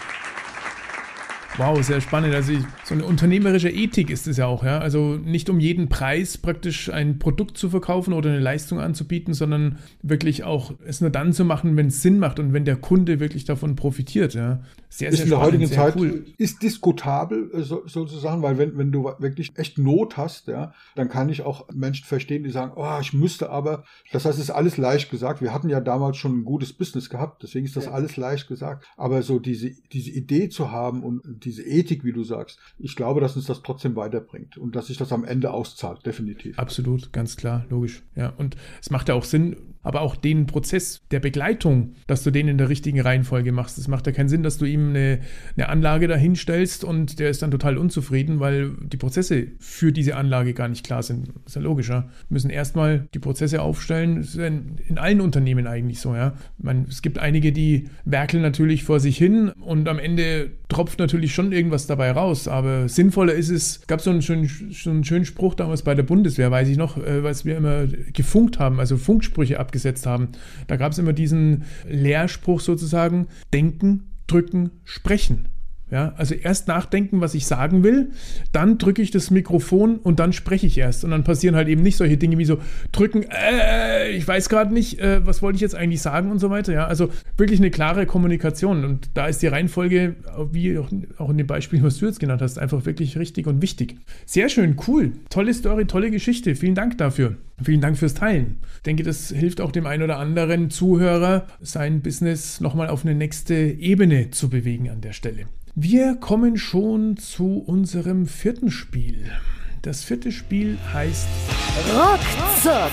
Wow, sehr spannend. Also so eine unternehmerische Ethik ist es ja auch, ja. Also nicht um jeden Preis praktisch ein Produkt zu verkaufen oder eine Leistung anzubieten, sondern wirklich auch es nur dann zu machen, wenn es Sinn macht und wenn der Kunde wirklich davon profitiert, ja. Sehr, ist sehr in der spannend, heutigen sehr Zeit cool. Ist diskutabel so, sozusagen, weil wenn, wenn du wirklich echt Not hast, ja, dann kann ich auch Menschen verstehen, die sagen, oh, ich müsste aber, das heißt, es ist alles leicht gesagt. Wir hatten ja damals schon ein gutes Business gehabt, deswegen ist das ja. alles leicht gesagt. Aber so diese, diese Idee zu haben und diese Ethik, wie du sagst, ich glaube, dass uns das trotzdem weiterbringt und dass sich das am Ende auszahlt, definitiv. Absolut, ganz klar, logisch. Ja, und es macht ja auch Sinn, aber auch den Prozess der Begleitung, dass du den in der richtigen Reihenfolge machst. Es macht ja keinen Sinn, dass du ihm eine, eine Anlage dahin stellst und der ist dann total unzufrieden, weil die Prozesse für diese Anlage gar nicht klar sind. Das ist ja logisch, ja. Wir müssen erstmal die Prozesse aufstellen. Das ist ja in, in allen Unternehmen eigentlich so, ja. Ich meine, es gibt einige, die werkeln natürlich vor sich hin und am Ende tropft natürlich schon irgendwas dabei raus, aber sinnvoller ist es, gab so einen schönen, so einen schönen Spruch damals bei der Bundeswehr, weiß ich noch, äh, was wir immer gefunkt haben, also Funksprüche abgesetzt haben. Da gab es immer diesen Lehrspruch sozusagen, denken, drücken, sprechen. Ja, also erst nachdenken, was ich sagen will, dann drücke ich das Mikrofon und dann spreche ich erst. Und dann passieren halt eben nicht solche Dinge wie so drücken, äh, ich weiß gerade nicht, äh, was wollte ich jetzt eigentlich sagen und so weiter. Ja, also wirklich eine klare Kommunikation. Und da ist die Reihenfolge, wie auch in dem Beispiel, was du jetzt genannt hast, einfach wirklich richtig und wichtig. Sehr schön, cool. Tolle Story, tolle Geschichte. Vielen Dank dafür. Vielen Dank fürs Teilen. Ich denke, das hilft auch dem einen oder anderen Zuhörer, sein Business nochmal auf eine nächste Ebene zu bewegen an der Stelle. Wir kommen schon zu unserem vierten Spiel. Das vierte Spiel heißt Ruckzuck.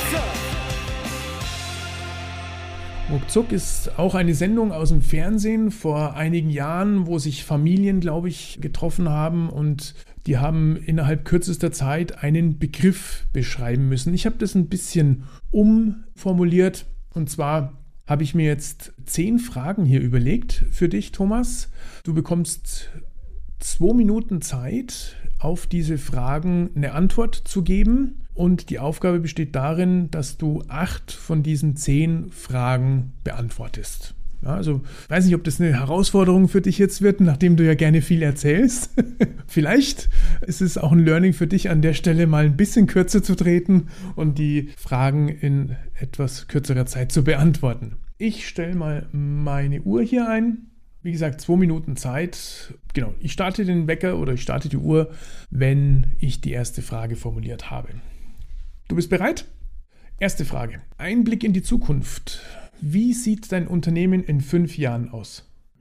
Ruckzuck ist auch eine Sendung aus dem Fernsehen vor einigen Jahren, wo sich Familien, glaube ich, getroffen haben und die haben innerhalb kürzester Zeit einen Begriff beschreiben müssen. Ich habe das ein bisschen umformuliert und zwar habe ich mir jetzt zehn Fragen hier überlegt für dich, Thomas. Du bekommst zwei Minuten Zeit, auf diese Fragen eine Antwort zu geben. Und die Aufgabe besteht darin, dass du acht von diesen zehn Fragen beantwortest. Ja, also ich weiß nicht, ob das eine Herausforderung für dich jetzt wird, nachdem du ja gerne viel erzählst. Vielleicht ist es auch ein Learning für dich, an der Stelle mal ein bisschen kürzer zu treten und die Fragen in etwas kürzerer Zeit zu beantworten. Ich stelle mal meine Uhr hier ein. Wie gesagt, zwei Minuten Zeit. Genau, ich starte den Wecker oder ich starte die Uhr, wenn ich die erste Frage formuliert habe. Du bist bereit? Erste Frage. Ein Blick in die Zukunft. Wie sieht dein Unternehmen in fünf Jahren aus?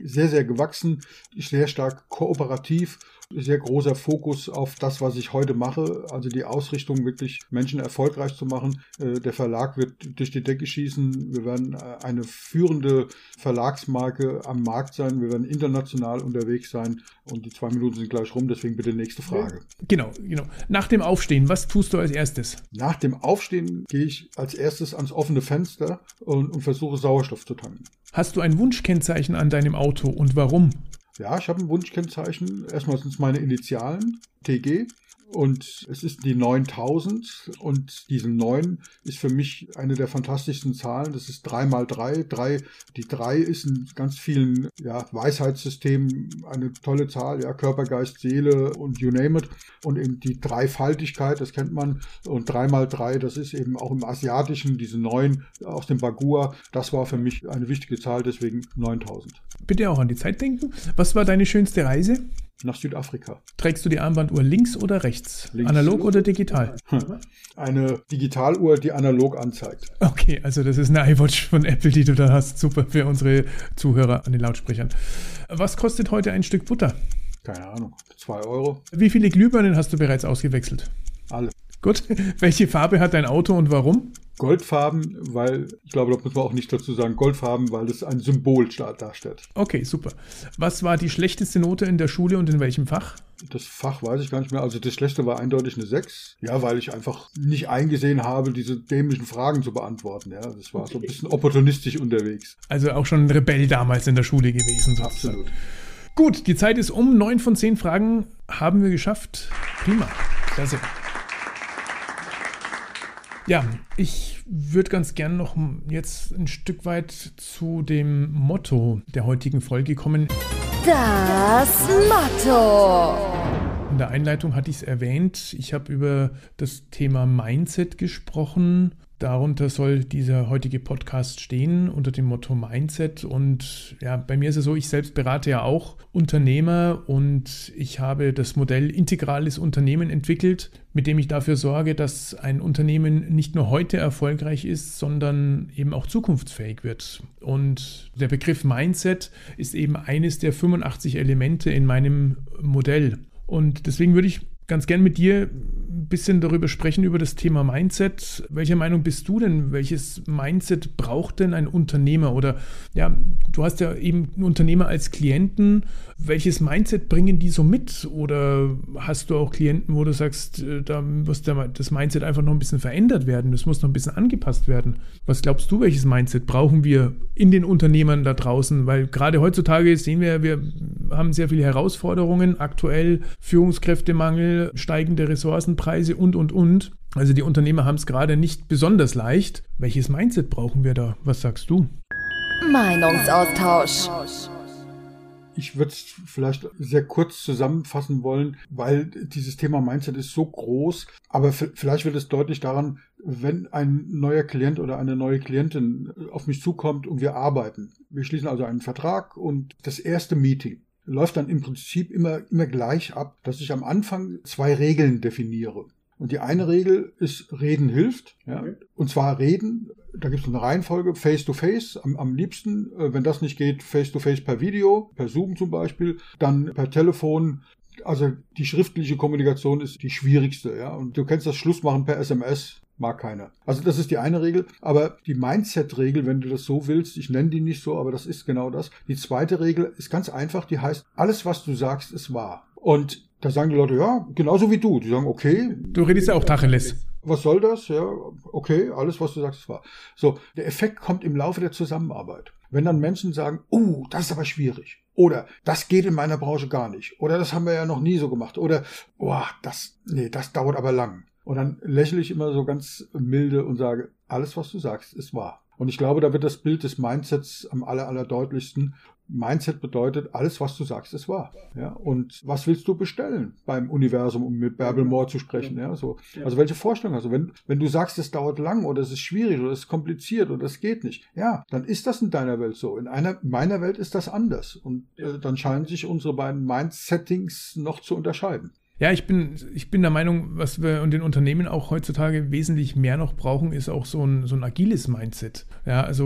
sehr, sehr gewachsen, sehr stark kooperativ. Sehr großer Fokus auf das, was ich heute mache, also die Ausrichtung, wirklich Menschen erfolgreich zu machen. Der Verlag wird durch die Decke schießen. Wir werden eine führende Verlagsmarke am Markt sein. Wir werden international unterwegs sein. Und die zwei Minuten sind gleich rum, deswegen bitte nächste Frage. Genau, genau. Nach dem Aufstehen, was tust du als erstes? Nach dem Aufstehen gehe ich als erstes ans offene Fenster und, und versuche Sauerstoff zu tanken. Hast du ein Wunschkennzeichen an deinem Auto und warum? Ja, ich habe ein Wunschkennzeichen. Erstmal sind es meine Initialen, T G. Und es ist die neuntausend. Und diese neun ist für mich eine der fantastischsten Zahlen. Das ist drei mal drei. drei. Die drei ist in ganz vielen ja, Weisheitssystemen eine tolle Zahl. Ja, Körper, Geist, Seele und you name it. Und eben die Dreifaltigkeit, das kennt man. Und drei mal drei, das ist eben auch im Asiatischen, diese neun aus dem Bagua. Das war für mich eine wichtige Zahl, deswegen neuntausend. Bitte auch an die Zeit denken. Was war deine schönste Reise? Nach Südafrika. Trägst du die Armbanduhr links oder rechts? Links. Analog oder digital? Eine Digitaluhr, die analog anzeigt. Okay, also das ist eine iWatch von Apple, die du da hast. Super für unsere Zuhörer an den Lautsprechern. Was kostet heute ein Stück Butter? Keine Ahnung, zwei Euro. Wie viele Glühbirnen hast du bereits ausgewechselt? Alle. Gut. Welche Farbe hat dein Auto und warum? Goldfarben, weil, ich glaube, da muss man auch nicht dazu sagen, Goldfarben, weil das ein Symbol darstellt. Okay, super. Was war die schlechteste Note in der Schule und in welchem Fach? Das Fach weiß ich gar nicht mehr. Also das Schlechte war eindeutig eine sechs. Ja, weil ich einfach nicht eingesehen habe, diese dämlichen Fragen zu beantworten. Ja, das war okay. So ein bisschen opportunistisch unterwegs. Also auch schon ein Rebell damals in der Schule gewesen. Sozusagen. Absolut. Gut, die Zeit ist um. Neun von zehn Fragen haben wir geschafft. Prima. Klasse. Ja, ich würde ganz gern noch jetzt ein Stück weit zu dem Motto der heutigen Folge kommen. Das Motto. In der Einleitung hatte ich es erwähnt. Ich habe über das Thema Mindset gesprochen. Darunter soll dieser heutige Podcast stehen, unter dem Motto Mindset. Und ja, bei mir ist es so, ich selbst berate ja auch Unternehmer und ich habe das Modell integrales Unternehmen entwickelt, mit dem ich dafür sorge, dass ein Unternehmen nicht nur heute erfolgreich ist, sondern eben auch zukunftsfähig wird. Und der Begriff Mindset ist eben eines der fünfundachtzig Elemente in meinem Modell. Und deswegen würde ich ganz gern mit dir ein bisschen darüber sprechen, über das Thema Mindset. Welcher Meinung bist du denn? Welches Mindset braucht denn ein Unternehmer? Oder ja, du hast ja eben einen Unternehmer als Klienten. Welches Mindset bringen die so mit? Oder hast du auch Klienten, wo du sagst, da muss das Mindset einfach noch ein bisschen verändert werden, das muss noch ein bisschen angepasst werden? Was glaubst du, welches Mindset brauchen wir in den Unternehmern da draußen? Weil gerade heutzutage sehen wir, wir haben sehr viele Herausforderungen, aktuell Führungskräftemangel, steigende Ressourcenpreise und, und, und. Also die Unternehmer haben es gerade nicht besonders leicht. Welches Mindset brauchen wir da? Was sagst du? Meinungsaustausch. Ich würde es vielleicht sehr kurz zusammenfassen wollen, weil dieses Thema Mindset ist so groß, aber f- vielleicht wird es deutlich daran, wenn ein neuer Klient oder eine neue Klientin auf mich zukommt und wir arbeiten. Wir schließen also einen Vertrag und das erste Meeting läuft dann im Prinzip immer, immer gleich ab, dass ich am Anfang zwei Regeln definiere. Und die eine Regel ist, Reden hilft. Ja? Und zwar Reden, da gibt es eine Reihenfolge, Face-to-Face am, am liebsten. Äh, wenn das nicht geht, Face-to-Face per Video, per Zoom zum Beispiel, dann per Telefon. Also die schriftliche Kommunikation ist die schwierigste. Ja? Und du kennst das Schlussmachen per S M S. Mag keiner. Also das ist die eine Regel, aber die Mindset-Regel, wenn du das so willst, ich nenne die nicht so, aber das ist genau das. Die zweite Regel ist ganz einfach, die heißt, alles was du sagst, ist wahr. Und da sagen die Leute, ja, genauso wie du. Die sagen, okay. Du redest ja auch Tacheles. Was soll das? Ja, okay, alles was du sagst, ist wahr. So, der Effekt kommt im Laufe der Zusammenarbeit. Wenn dann Menschen sagen, oh, das ist aber schwierig. Oder, das geht in meiner Branche gar nicht. Oder, das haben wir ja noch nie so gemacht. Oder, oh, das, nee, das dauert aber lang. Und dann lächle ich immer so ganz milde und sage, alles, was du sagst, ist wahr. Und ich glaube, da wird das Bild des Mindsets am aller, aller deutlichsten. Mindset bedeutet, alles, was du sagst, ist wahr. Ja, und was willst du bestellen beim Universum, um mit Bärbel Mohr zu sprechen? Ja, so. Also welche Vorstellung hast du? Wenn, wenn du sagst, es dauert lang oder es ist schwierig oder es ist kompliziert oder es geht nicht, ja, dann ist das in deiner Welt so. In einer, in meiner Welt ist das anders. Und äh, dann scheinen sich unsere beiden Mindsettings noch zu unterscheiden. Ja, ich bin, ich bin der Meinung, was wir in den Unternehmen auch heutzutage wesentlich mehr noch brauchen, ist auch so ein, so ein agiles Mindset. Ja, also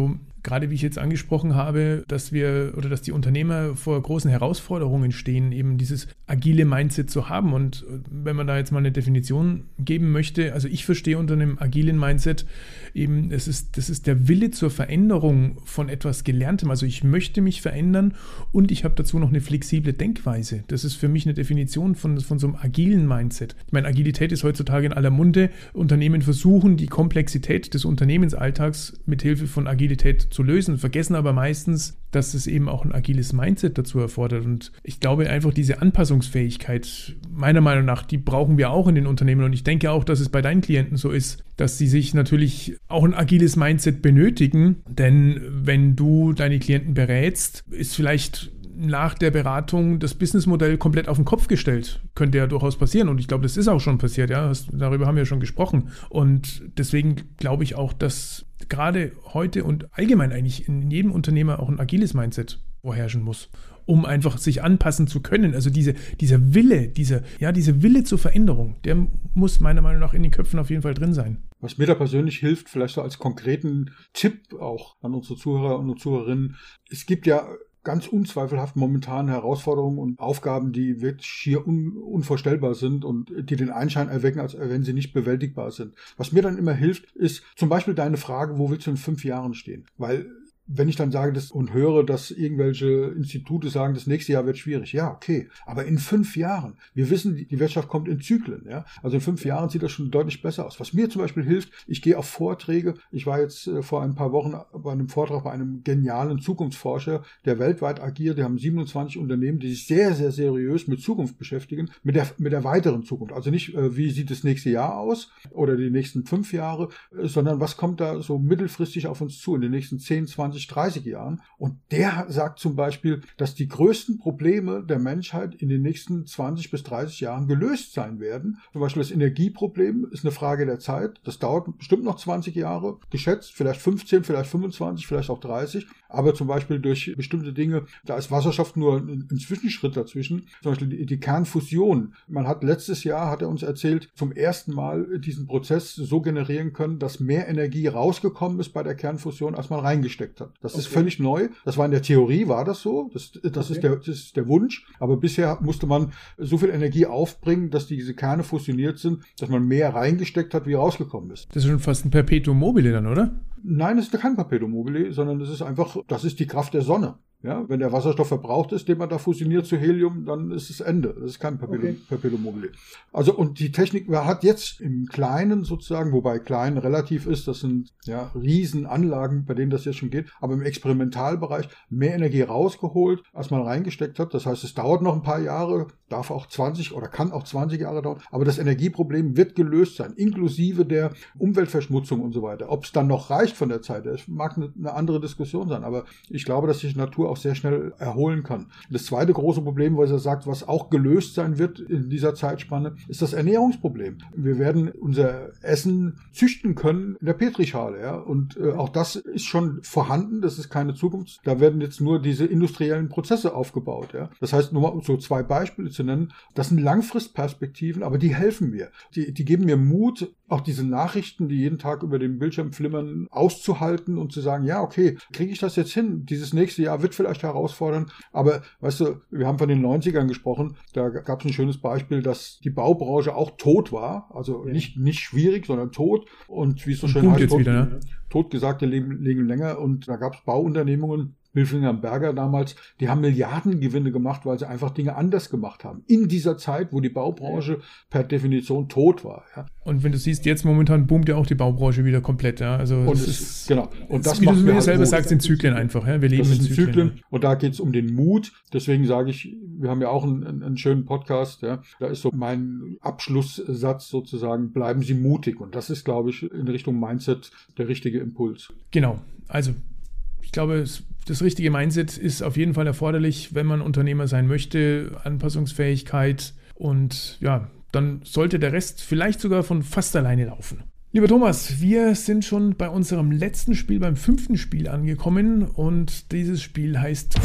gerade wie ich jetzt angesprochen habe, dass wir oder dass die Unternehmer vor großen Herausforderungen stehen, eben dieses agile Mindset zu haben. Und wenn man da jetzt mal eine Definition geben möchte, also ich verstehe unter einem agilen Mindset eben, es ist, das ist der Wille zur Veränderung von etwas Gelerntem. Also ich möchte mich verändern und ich habe dazu noch eine flexible Denkweise. Das ist für mich eine Definition von, von so einem agilen Mindset. Ich meine, Agilität ist heutzutage in aller Munde. Unternehmen versuchen, die Komplexität des Unternehmensalltags mit Hilfe von Agilität zu lösen, vergessen aber meistens, dass es eben auch ein agiles Mindset dazu erfordert. Und ich glaube einfach, diese Anpassungsfähigkeit, meiner Meinung nach, die brauchen wir auch in den Unternehmen. Und ich denke auch, dass es bei deinen Klienten so ist, dass sie sich natürlich auch ein agiles Mindset benötigen. Denn wenn du deine Klienten berätst, ist vielleicht nach der Beratung das Businessmodell komplett auf den Kopf gestellt. Könnte ja durchaus passieren. Und ich glaube, das ist auch schon passiert. Ja, das, darüber haben wir ja schon gesprochen. Und deswegen glaube ich auch, dass gerade heute und allgemein eigentlich in jedem Unternehmer auch ein agiles Mindset vorherrschen muss, um einfach sich anpassen zu können. Also diese, dieser Wille, diese, ja, diese Wille zur Veränderung, der muss meiner Meinung nach in den Köpfen auf jeden Fall drin sein. Was mir da persönlich hilft, vielleicht so als konkreten Tipp auch an unsere Zuhörer und Zuhörerinnen, es gibt ja ganz unzweifelhaft momentan Herausforderungen und Aufgaben, die wirklich schier un- unvorstellbar sind und die den Einschein erwecken, als wenn sie nicht bewältigbar sind. Was mir dann immer hilft, ist zum Beispiel deine Frage, wo willst du in fünf Jahren stehen? Weil wenn ich dann sage das und höre, dass irgendwelche Institute sagen, das nächste Jahr wird schwierig, ja, okay, aber in fünf Jahren, wir wissen, die Wirtschaft kommt in Zyklen, ja, also in fünf Jahren sieht das schon deutlich besser aus. Was mir zum Beispiel hilft, ich gehe auf Vorträge, ich war jetzt äh, vor ein paar Wochen bei einem Vortrag bei einem genialen Zukunftsforscher, der weltweit agiert, die haben siebenundzwanzig Unternehmen, die sich sehr, sehr seriös mit Zukunft beschäftigen, mit der, mit der weiteren Zukunft, also nicht, äh, wie sieht das nächste Jahr aus oder die nächsten fünf Jahre, äh, sondern was kommt da so mittelfristig auf uns zu in den nächsten zehn, zwanzig, dreißig Jahren. Und der sagt zum Beispiel, dass die größten Probleme der Menschheit in den nächsten zwanzig bis dreißig Jahren gelöst sein werden. Zum Beispiel das Energieproblem ist eine Frage der Zeit. Das dauert bestimmt noch zwanzig Jahre, geschätzt, vielleicht fünfzehn, vielleicht fünfundzwanzig, vielleicht auch dreißig. Aber zum Beispiel durch bestimmte Dinge, da ist Wasserstoff nur ein, ein Zwischenschritt dazwischen. Zum Beispiel die, die Kernfusion. Man hat letztes Jahr, hat er uns erzählt, zum ersten Mal diesen Prozess so generieren können, dass mehr Energie rausgekommen ist bei der Kernfusion, als man reingesteckt hat. Das ist okay. Völlig neu. Das war in der Theorie, war das so. Das, das, okay. ist der, das ist der Wunsch. Aber bisher musste man so viel Energie aufbringen, dass diese Kerne fusioniert sind, dass man mehr reingesteckt hat, wie rausgekommen ist. Das ist schon fast ein Perpetuum mobile dann, oder? Nein, es ist kein Perpetuum mobile, sondern das ist einfach, das ist die Kraft der Sonne. Ja, wenn der Wasserstoff verbraucht ist, den man da fusioniert zu Helium, dann ist es Ende. Das ist kein Perpetuum, okay. Perpetuum mobile. Also, und die Technik, man hat jetzt im Kleinen sozusagen, wobei klein relativ ist, das sind ja Riesenanlagen, bei denen das jetzt schon geht, aber im Experimentalbereich mehr Energie rausgeholt, als man reingesteckt hat. Das heißt, es dauert noch ein paar Jahre, darf auch zwanzig oder kann auch zwanzig Jahre dauern, aber das Energieproblem wird gelöst sein, inklusive der Umweltverschmutzung und so weiter. Ob es dann noch reicht von der Zeit, das mag eine, eine andere Diskussion sein, aber ich glaube, dass sich die Natur auch sehr schnell erholen kann. Das zweite große Problem, was er sagt, was auch gelöst sein wird in dieser Zeitspanne, ist das Ernährungsproblem. Wir werden unser Essen züchten können in der Petrischale, ja, und äh, auch das ist schon vorhanden, das ist keine Zukunft. Da werden jetzt nur diese industriellen Prozesse aufgebaut, ja. Das heißt, nur mal um so zwei Beispiele zu nennen, das sind Langfristperspektiven, aber die helfen mir. Die, die geben mir Mut, auch diese Nachrichten, die jeden Tag über den Bildschirm flimmern, auszuhalten und zu sagen, ja, okay, kriege ich das jetzt hin? Dieses nächste Jahr wird vielleicht herausfordern, aber weißt du, wir haben von den neunzigern gesprochen, da gab es ein schönes Beispiel, dass die Baubranche auch tot war, also ja. nicht, nicht schwierig, sondern tot und wie es so schön heißt, jetzt tot, wieder, ne? Totgesagte leben, leben länger und da gab es Bauunternehmungen, Bilfinger und Berger damals, die haben Milliardengewinne gemacht, weil sie einfach Dinge anders gemacht haben. In dieser Zeit, wo die Baubranche per Definition tot war. Ja. Und wenn du siehst, jetzt momentan boomt ja auch die Baubranche wieder komplett. Ja. Also und es es, ist, genau. Und das wie macht du mir mir halt selber Mut. sagst, in Zyklen einfach. Ja. Wir leben das in sind Zyklen. Zyklen. Und da geht es um den Mut. Deswegen sage ich, wir haben ja auch einen, einen schönen Podcast. Ja. Da ist so mein Abschlusssatz sozusagen, bleiben Sie mutig. Und das ist, glaube ich, in Richtung Mindset der richtige Impuls. Genau. Also ich glaube, das richtige Mindset ist auf jeden Fall erforderlich, wenn man Unternehmer sein möchte, Anpassungsfähigkeit und ja, dann sollte der Rest vielleicht sogar von fast alleine laufen. Lieber Thomas, wir sind schon bei unserem letzten Spiel, beim fünften Spiel angekommen und dieses Spiel heißt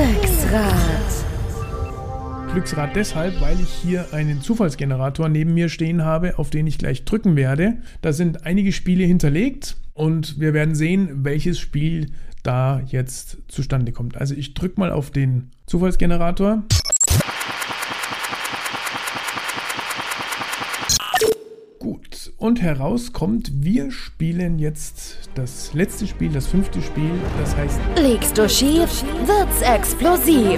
Glücksrad. Glücksrad deshalb, weil ich hier einen Zufallsgenerator neben mir stehen habe, auf den ich gleich drücken werde. Da sind einige Spiele hinterlegt und wir werden sehen, welches Spiel da jetzt zustande kommt. Also ich drücke mal auf den Zufallsgenerator. Gut, und herauskommt, wir spielen jetzt das letzte Spiel, das fünfte Spiel, das heißt... Liegst du schief, wird's explosiv.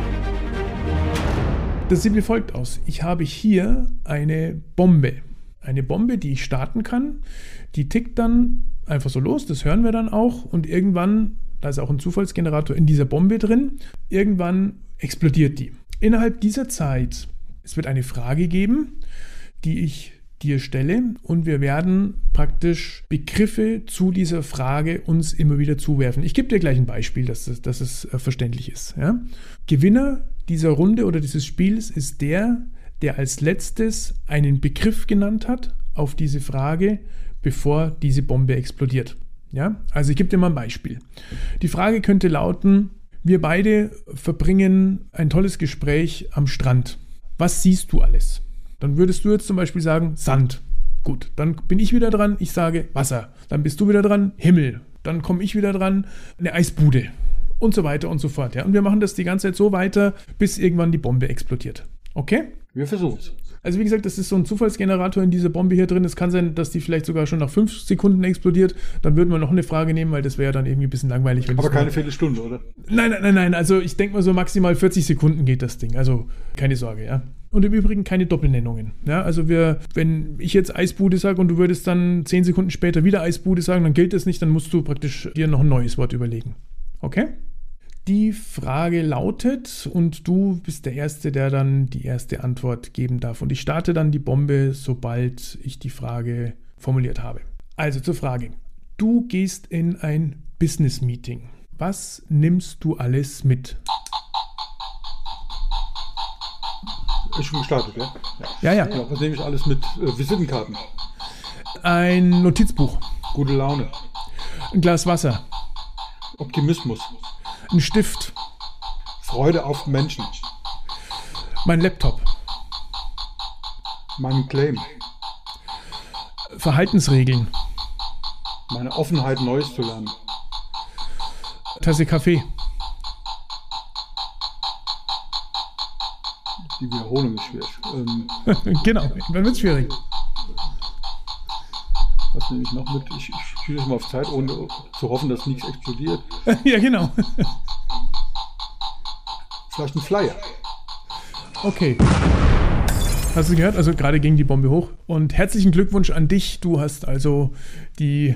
Das sieht wie folgt aus. Ich habe hier eine Bombe. Eine Bombe, die ich starten kann. Die tickt dann einfach so los, das hören wir dann auch. Und irgendwann, da ist auch ein Zufallsgenerator in dieser Bombe drin, irgendwann explodiert die. Innerhalb dieser Zeit, es wird eine Frage geben, die ich dir stelle, und wir werden praktisch Begriffe zu dieser Frage uns immer wieder zuwerfen. Ich gebe dir gleich ein Beispiel, dass es, dass es verständlich ist. Ja? Gewinner dieser Runde oder dieses Spiels ist der, der als letztes einen Begriff genannt hat auf diese Frage, bevor diese Bombe explodiert. Ja? Also ich gebe dir mal ein Beispiel. Die Frage könnte lauten: Wir beide verbringen ein tolles Gespräch am Strand. Was siehst du alles? Dann würdest du jetzt zum Beispiel sagen, Sand. Gut, dann bin ich wieder dran, ich sage Wasser. Dann bist du wieder dran, Himmel. Dann komme ich wieder dran, eine Eisbude. Und so weiter und so fort. Ja? Und wir machen das die ganze Zeit so weiter, bis irgendwann die Bombe explodiert. Okay? Wir versuchen es. Also wie gesagt, das ist so ein Zufallsgenerator in dieser Bombe hier drin. Es kann sein, dass die vielleicht sogar schon nach fünf Sekunden explodiert. Dann würden wir noch eine Frage nehmen, weil das wäre ja dann irgendwie ein bisschen langweilig. Wenn Aber keine nur... Viertelstunde, oder? Nein, nein, nein, nein. Also ich denke mal so maximal vierzig Sekunden geht das Ding. Also keine Sorge, ja. Und im Übrigen keine Doppelnennungen. Ja, also wir, wenn ich jetzt Eisbude sage und du würdest dann zehn Sekunden später wieder Eisbude sagen, dann gilt das nicht, dann musst du praktisch dir noch ein neues Wort überlegen. Okay? Die Frage lautet, und du bist der Erste, der dann die erste Antwort geben darf. Und ich starte dann die Bombe, sobald ich die Frage formuliert habe. Also zur Frage. Du gehst in ein Business-Meeting. Was nimmst du alles mit? Ist schon gestartet, ja? Ja, ja. ja was nehme ich alles mit? Äh, Visitenkarten. Ein Notizbuch. Gute Laune. Ein Glas Wasser. Optimismus. Ein Stift. Freude auf Menschen. Mein Laptop. Mein Claim. Verhaltensregeln. Meine Offenheit, Neues zu lernen. Tasse Kaffee. Die Wiederholung ist schwierig. Ähm, genau, dann wird es schwierig. Was nehme ich noch mit? Ich, ich schiebe es mal auf Zeit, ohne zu hoffen, dass nichts explodiert. Ja, genau. Vielleicht ein Flyer. Okay. Hast du gehört? Also gerade ging die Bombe hoch. Und herzlichen Glückwunsch an dich. Du hast also die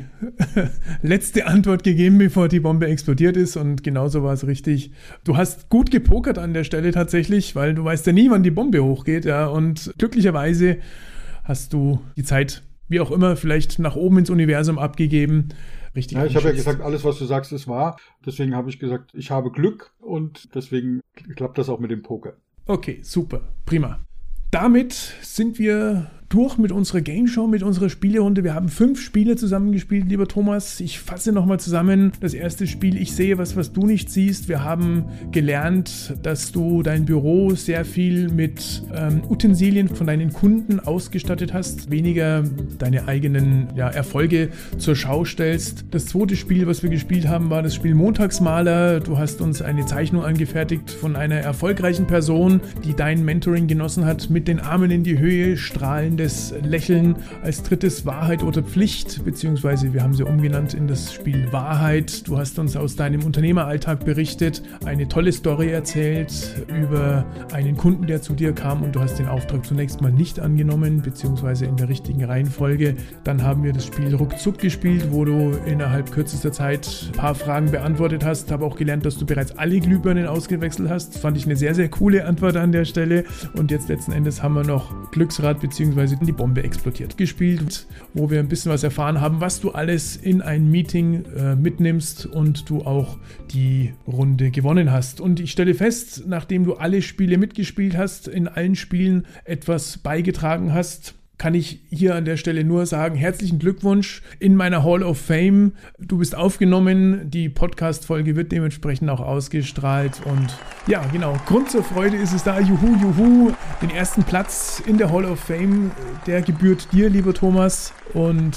letzte Antwort gegeben, bevor die Bombe explodiert ist. Und genauso war es richtig. Du hast gut gepokert an der Stelle tatsächlich, weil du weißt ja nie, wann die Bombe hochgeht. Ja. Und glücklicherweise hast du die Zeit, wie auch immer, vielleicht nach oben ins Universum abgegeben. Richtig. Ja, ich habe ja gesagt, alles, was du sagst, ist wahr. Deswegen habe ich gesagt, ich habe Glück und deswegen klappt das auch mit dem Poker. Okay, super, prima. Damit sind wir durch mit unserer Game Show, mit unserer Spielerunde. Wir haben fünf Spiele zusammengespielt, lieber Thomas. Ich fasse nochmal zusammen. Das erste Spiel, ich sehe was, was du nicht siehst. Wir haben gelernt, dass du dein Büro sehr viel mit ähm, Utensilien von deinen Kunden ausgestattet hast, weniger deine eigenen ja, Erfolge zur Schau stellst. Das zweite Spiel, was wir gespielt haben, war das Spiel Montagsmaler. Du hast uns eine Zeichnung angefertigt von einer erfolgreichen Person, die dein Mentoring genossen hat, mit den Armen in die Höhe, strahlendes Lächeln. Als drittes Wahrheit oder Pflicht, beziehungsweise wir haben sie umgenannt in das Spiel Wahrheit. Du hast uns aus deinem Unternehmeralltag berichtet, eine tolle Story erzählt über einen Kunden, der zu dir kam und du hast den Auftrag zunächst mal nicht angenommen, beziehungsweise in der richtigen Reihenfolge. Dann haben wir das Spiel Ruckzuck gespielt, wo du innerhalb kürzester Zeit ein paar Fragen beantwortet hast. Habe auch gelernt, dass du bereits alle Glühbirnen ausgewechselt hast. Das fand ich eine sehr, sehr coole Antwort an der Stelle. Und jetzt letzten Endes haben wir noch Glücksrad bzw. die Bombe explodiert gespielt, wo wir ein bisschen was erfahren haben, was du alles in ein Meeting äh, mitnimmst und du auch die Runde gewonnen hast. Und ich stelle fest, nachdem du alle Spiele mitgespielt hast, in allen Spielen etwas beigetragen hast, kann ich hier an der Stelle nur sagen, herzlichen Glückwunsch in meiner Hall of Fame. Du bist aufgenommen, die Podcast-Folge wird dementsprechend auch ausgestrahlt und ja, genau, Grund zur Freude ist es da, juhu, juhu, den ersten Platz in der Hall of Fame, der gebührt dir, lieber Thomas, und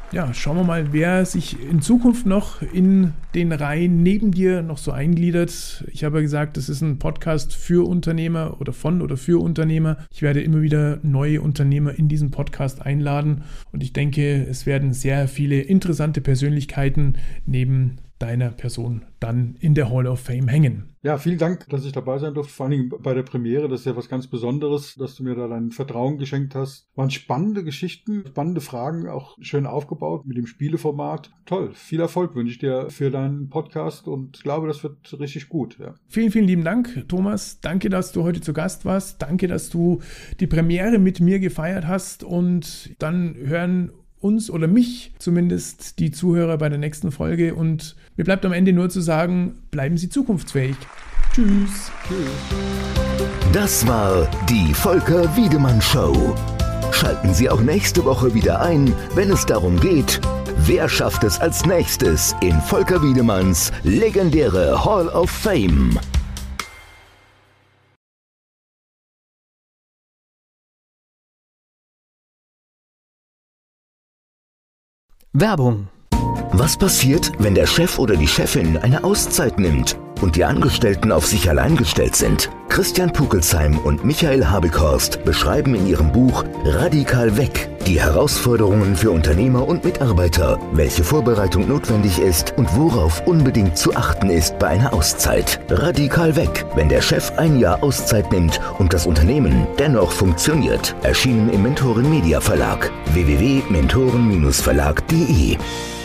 ja, schauen wir mal, wer sich in Zukunft noch in den Reihen neben dir noch so eingliedert. Ich habe ja gesagt, das ist ein Podcast für Unternehmer oder von oder für Unternehmer. Ich werde immer wieder neue Unternehmer in diesen Podcast einladen und ich denke, es werden sehr viele interessante Persönlichkeiten neben deiner Person dann in der Hall of Fame hängen. Ja, vielen Dank, dass ich dabei sein durfte, vor allen Dingen bei der Premiere. Das ist ja was ganz Besonderes, dass du mir da dein Vertrauen geschenkt hast. Waren spannende Geschichten, spannende Fragen, auch schön aufgebaut mit dem Spieleformat. Toll, viel Erfolg wünsche ich dir für deinen Podcast und ich glaube, das wird richtig gut. Ja. Vielen, vielen lieben Dank, Thomas. Danke, dass du heute zu Gast warst. Danke, dass du die Premiere mit mir gefeiert hast und dann hören uns oder mich zumindest die Zuhörer bei der nächsten Folge und mir bleibt am Ende nur zu sagen, bleiben Sie zukunftsfähig. Tschüss. Das war die Volker Wiedemann Show. Schalten Sie auch nächste Woche wieder ein, wenn es darum geht, wer schafft es als nächstes in Volker Wiedemanns legendäre Hall of Fame. Werbung. Was passiert, wenn der Chef oder die Chefin eine Auszeit nimmt und die Angestellten auf sich allein gestellt sind? Christian Pukelsheim und Michael Habekhorst beschreiben in ihrem Buch Radikal weg die Herausforderungen für Unternehmer und Mitarbeiter, welche Vorbereitung notwendig ist und worauf unbedingt zu achten ist bei einer Auszeit. Radikal weg, wenn der Chef ein Jahr Auszeit nimmt und das Unternehmen dennoch funktioniert. Erschienen im Mentoren Media Verlag. w w w punkt mentoren Bindestrich verlag punkt de